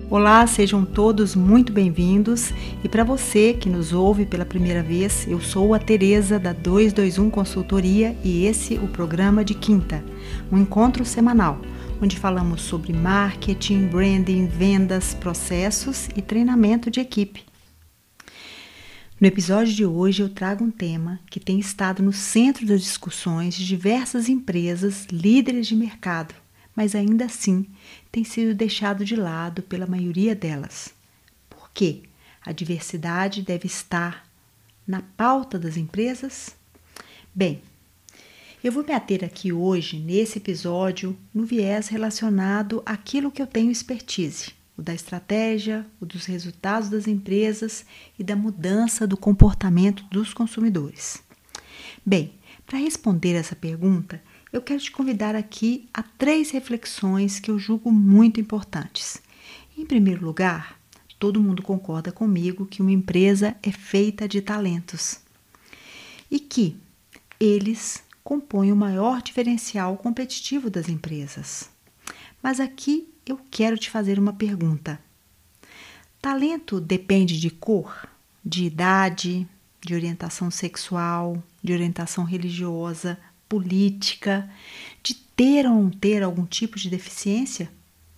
Olá, sejam todos muito bem-vindos e para você que nos ouve pela primeira vez, eu sou a Tereza da 221 Consultoria e esse é o programa de quinta, um encontro semanal, onde falamos sobre marketing, branding, vendas, processos e treinamento de equipe. No episódio de hoje eu trago um tema que tem estado no centro das discussões de diversas empresas líderes de mercado, mas ainda assim tem sido deixado de lado pela maioria delas. Por quê? A diversidade deve estar na pauta das empresas? Bem, eu vou me ater aqui hoje, nesse episódio, no viés relacionado àquilo que eu tenho expertise, o da estratégia, o dos resultados das empresas e da mudança do comportamento dos consumidores. Bem, para responder essa pergunta, eu quero te convidar aqui a 3 reflexões que eu julgo muito importantes. Em primeiro lugar, todo mundo concorda comigo que uma empresa é feita de talentos e que eles compõem o maior diferencial competitivo das empresas. Mas aqui eu quero te fazer uma pergunta. Talento depende de cor, de idade, de orientação sexual, de orientação religiosa, política, de ter ou não ter algum tipo de deficiência?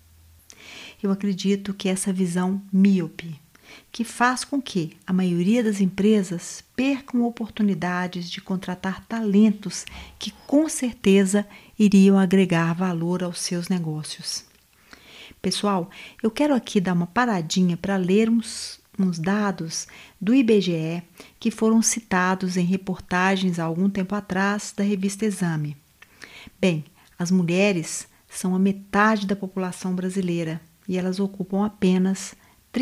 Eu acredito que essa visão míope, que faz com que a maioria das empresas percam oportunidades de contratar talentos que com certeza iriam agregar valor aos seus negócios. Pessoal, eu quero aqui dar uma paradinha para lermos uns dados do IBGE que foram citados em reportagens há algum tempo atrás da revista Exame. Bem, as mulheres são a metade da população brasileira e elas ocupam apenas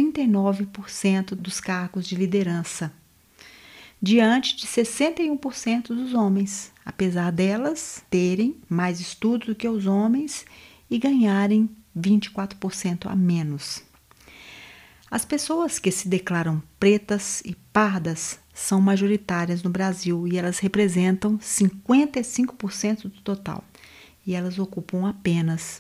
39% dos cargos de liderança, diante de 61% dos homens, apesar delas terem mais estudos do que os homens e ganharem 24% a menos. As pessoas que se declaram pretas e pardas são majoritárias no Brasil e elas representam 55% do total. E elas ocupam apenas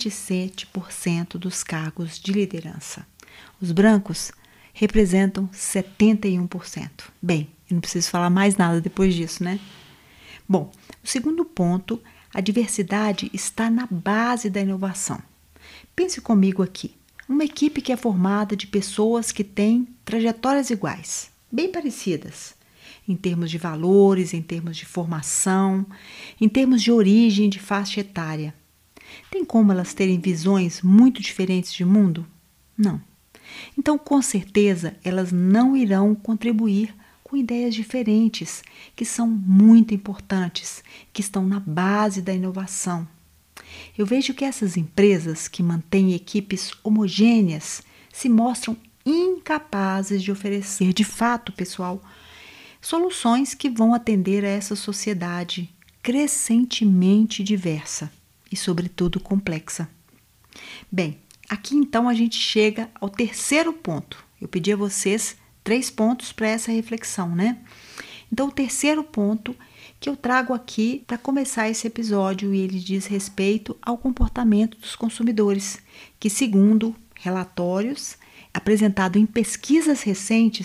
27% dos cargos de liderança. Os brancos representam 71%. Bem, eu não preciso falar mais nada depois disso, né? Bom, o segundo ponto, a diversidade está na base da inovação. Pense comigo aqui. Uma equipe que é formada de pessoas que têm trajetórias iguais, bem parecidas, em termos de valores, em termos de formação, em termos de origem, de faixa etária. Tem como elas terem visões muito diferentes de mundo? Não. Então, com certeza, elas não irão contribuir com ideias diferentes, que são muito importantes, que estão na base da inovação. Eu vejo que essas empresas que mantêm equipes homogêneas se mostram incapazes de oferecer, de fato, pessoal, soluções que vão atender a essa sociedade crescentemente diversa e, sobretudo, complexa. Bem, aqui então a gente chega ao terceiro ponto. Eu pedi a vocês 3 pontos para essa reflexão, né? Então, o terceiro ponto que eu trago aqui para começar esse episódio, e ele diz respeito ao comportamento dos consumidores, que segundo relatórios apresentados em pesquisas recentes,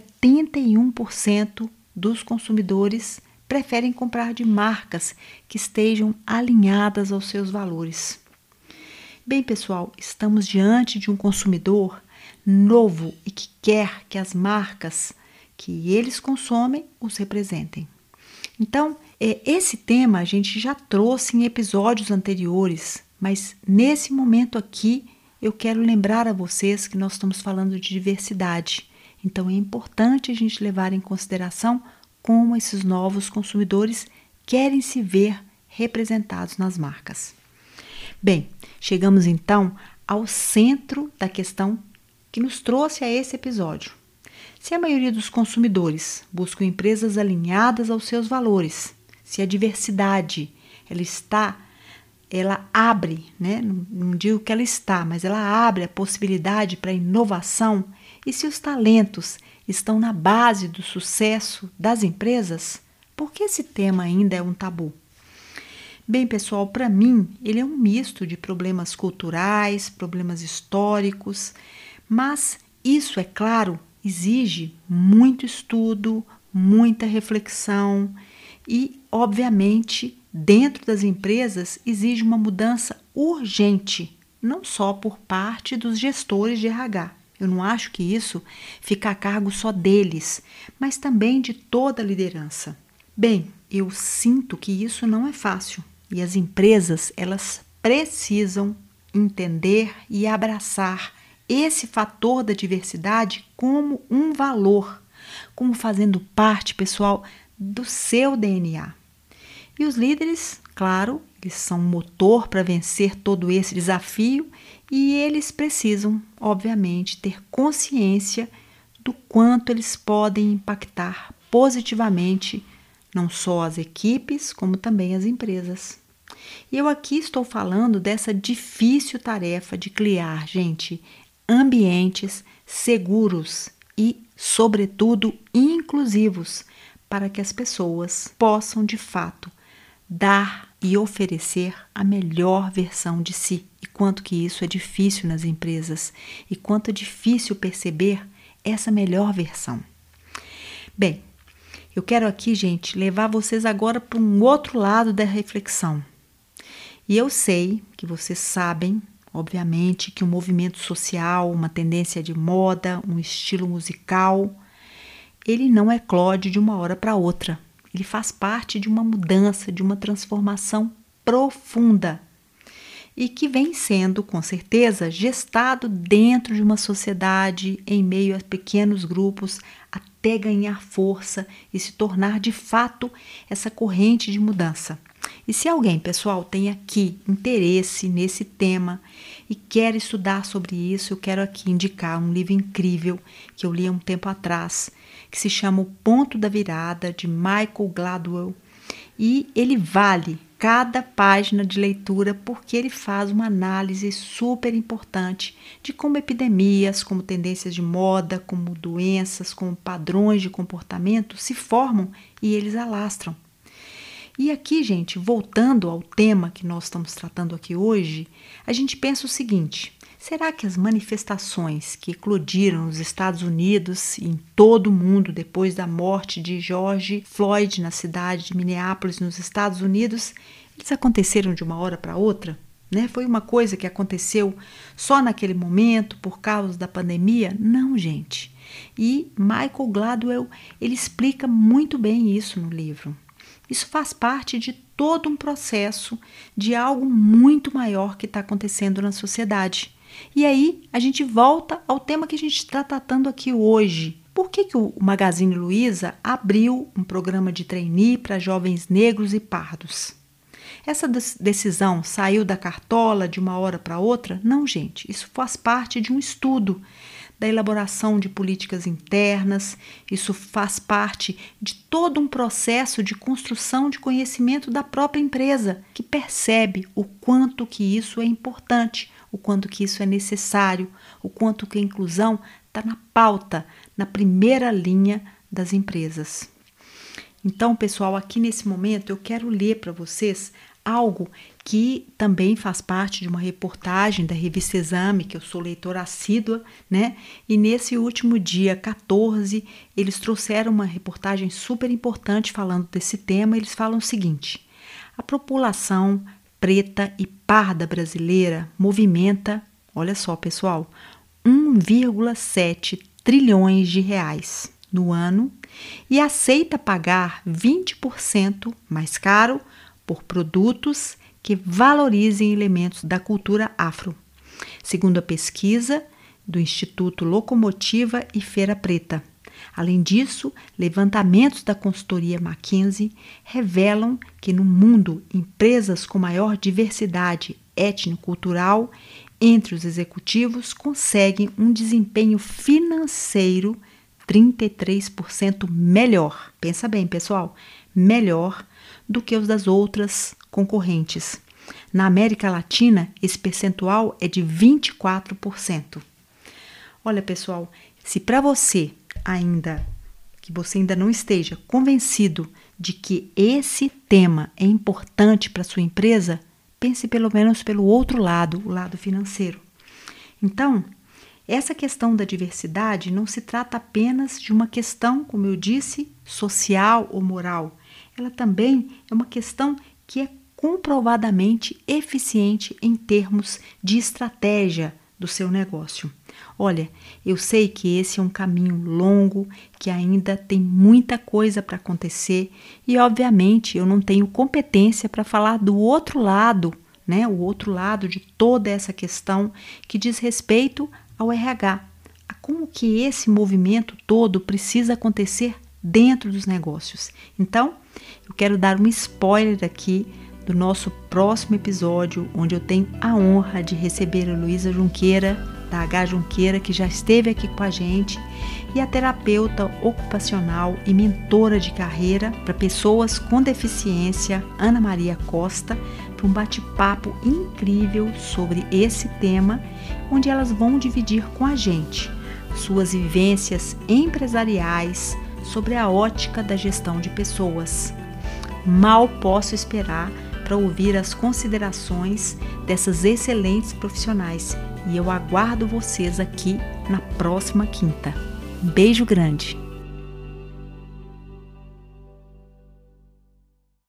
71% dos consumidores preferem comprar de marcas que estejam alinhadas aos seus valores. Bem, pessoal, estamos diante de um consumidor novo e que quer que as marcas que eles consomem os representem. Então, esse tema a gente já trouxe em episódios anteriores, mas nesse momento aqui eu quero lembrar a vocês que nós estamos falando de diversidade. Então, é importante a gente levar em consideração como esses novos consumidores querem se ver representados nas marcas. Bem, chegamos então ao centro da questão que nos trouxe a esse episódio. Se a maioria dos consumidores buscam empresas alinhadas aos seus valores, se a diversidade ela abre, né? Não digo que ela está, mas ela abre a possibilidade para inovação, e se os talentos estão na base do sucesso das empresas, por que esse tema ainda é um tabu? Bem, pessoal, para mim, ele é um misto de problemas culturais, problemas históricos, mas isso, é claro, exige muito estudo, muita reflexão e, obviamente, dentro das empresas exige uma mudança urgente, não só por parte dos gestores de RH. Eu não acho que isso fica a cargo só deles, mas também de toda a liderança. Bem, eu sinto que isso não é fácil e as empresas, elas precisam entender e abraçar esse fator da diversidade como um valor, como fazendo parte, pessoal, do seu DNA. E os líderes, claro, eles são um motor para vencer todo esse desafio e eles precisam, obviamente, ter consciência do quanto eles podem impactar positivamente não só as equipes, como também as empresas. E eu aqui estou falando dessa difícil tarefa de criar, gente, ambientes seguros e, sobretudo, inclusivos, para que as pessoas possam, de fato, dar e oferecer a melhor versão de si. E quanto que isso é difícil nas empresas e quanto é difícil perceber essa melhor versão. Bem, eu quero aqui, gente, levar vocês agora para um outro lado da reflexão. E eu sei que vocês sabem, obviamente, que um movimento social, uma tendência de moda, um estilo musical, ele não eclode de uma hora para outra. Ele faz parte de uma mudança, de uma transformação profunda e que vem sendo, com certeza, gestado dentro de uma sociedade, em meio a pequenos grupos, até ganhar força e se tornar, de fato, essa corrente de mudança. E se alguém, pessoal, tem aqui interesse nesse tema e quer estudar sobre isso, eu quero aqui indicar um livro incrível que eu li há um tempo atrás, que se chama O Ponto da Virada, de Michael Gladwell, e ele vale cada página de leitura porque ele faz uma análise super importante de como epidemias, como tendências de moda, como doenças, como padrões de comportamento se formam e eles alastram. E aqui, gente, voltando ao tema que nós estamos tratando aqui hoje, a gente pensa o seguinte: será que as manifestações que eclodiram nos Estados Unidos e em todo o mundo depois da morte de George Floyd na cidade de Minneapolis, nos Estados Unidos, eles aconteceram de uma hora para outra? Foi uma coisa que aconteceu só naquele momento por causa da pandemia? Não, gente. E Michael Gladwell, ele explica muito bem isso no livro. Isso faz parte de todo um processo de algo muito maior que está acontecendo na sociedade. E aí a gente volta ao tema que a gente está tratando aqui hoje. Por que o Magazine Luiza abriu um programa de trainee para jovens negros e pardos? Essa decisão saiu da cartola de uma hora para outra? Não, gente. Isso faz parte de um estudo, da elaboração de políticas internas, isso faz parte de todo um processo de construção de conhecimento da própria empresa, que percebe o quanto que isso é importante, o quanto que isso é necessário, o quanto que a inclusão está na pauta, na primeira linha das empresas. Então, pessoal, aqui nesse momento eu quero ler para vocês algo que também faz parte de uma reportagem da revista Exame, que eu sou leitora assídua, E nesse último dia 14, eles trouxeram uma reportagem super importante falando desse tema. Eles falam o seguinte: a população preta e parda brasileira movimenta, olha só, pessoal, 1,7 trilhões de reais no ano e aceita pagar 20% mais caro por produtos que valorizem elementos da cultura afro, segundo a pesquisa do Instituto Locomotiva e Feira Preta. Além disso, levantamentos da consultoria McKinsey revelam que no mundo, empresas com maior diversidade étnico-cultural entre os executivos conseguem um desempenho financeiro 33% melhor. Pensa bem, pessoal, melhor do que os das outras concorrentes. Na América Latina, esse percentual é de 24%. Olha, pessoal, se para você ainda que você ainda não esteja convencido de que esse tema é importante para a sua empresa, pense pelo menos pelo outro lado, o lado financeiro. Então, essa questão da diversidade não se trata apenas de uma questão, como eu disse, social ou moral. Ela também é uma questão que é comprovadamente eficiente em termos de estratégia do seu negócio. Olha, eu sei que esse é um caminho longo, que ainda tem muita coisa para acontecer e, obviamente, eu não tenho competência para falar do outro lado, né? O outro lado de toda essa questão que diz respeito ao RH, a como que esse movimento todo precisa acontecer dentro dos negócios. Então, eu quero dar um spoiler aqui do nosso próximo episódio, onde eu tenho a honra de receber a Luísa Junqueira, da H Junqueira, que já esteve aqui com a gente, e a terapeuta ocupacional e mentora de carreira para pessoas com deficiência, Ana Maria Costa, para um bate-papo incrível sobre esse tema, onde elas vão dividir com a gente suas vivências empresariais sobre a ótica da gestão de pessoas. Mal posso esperar para ouvir as considerações dessas excelentes profissionais e eu aguardo vocês aqui na próxima quinta. Um beijo grande!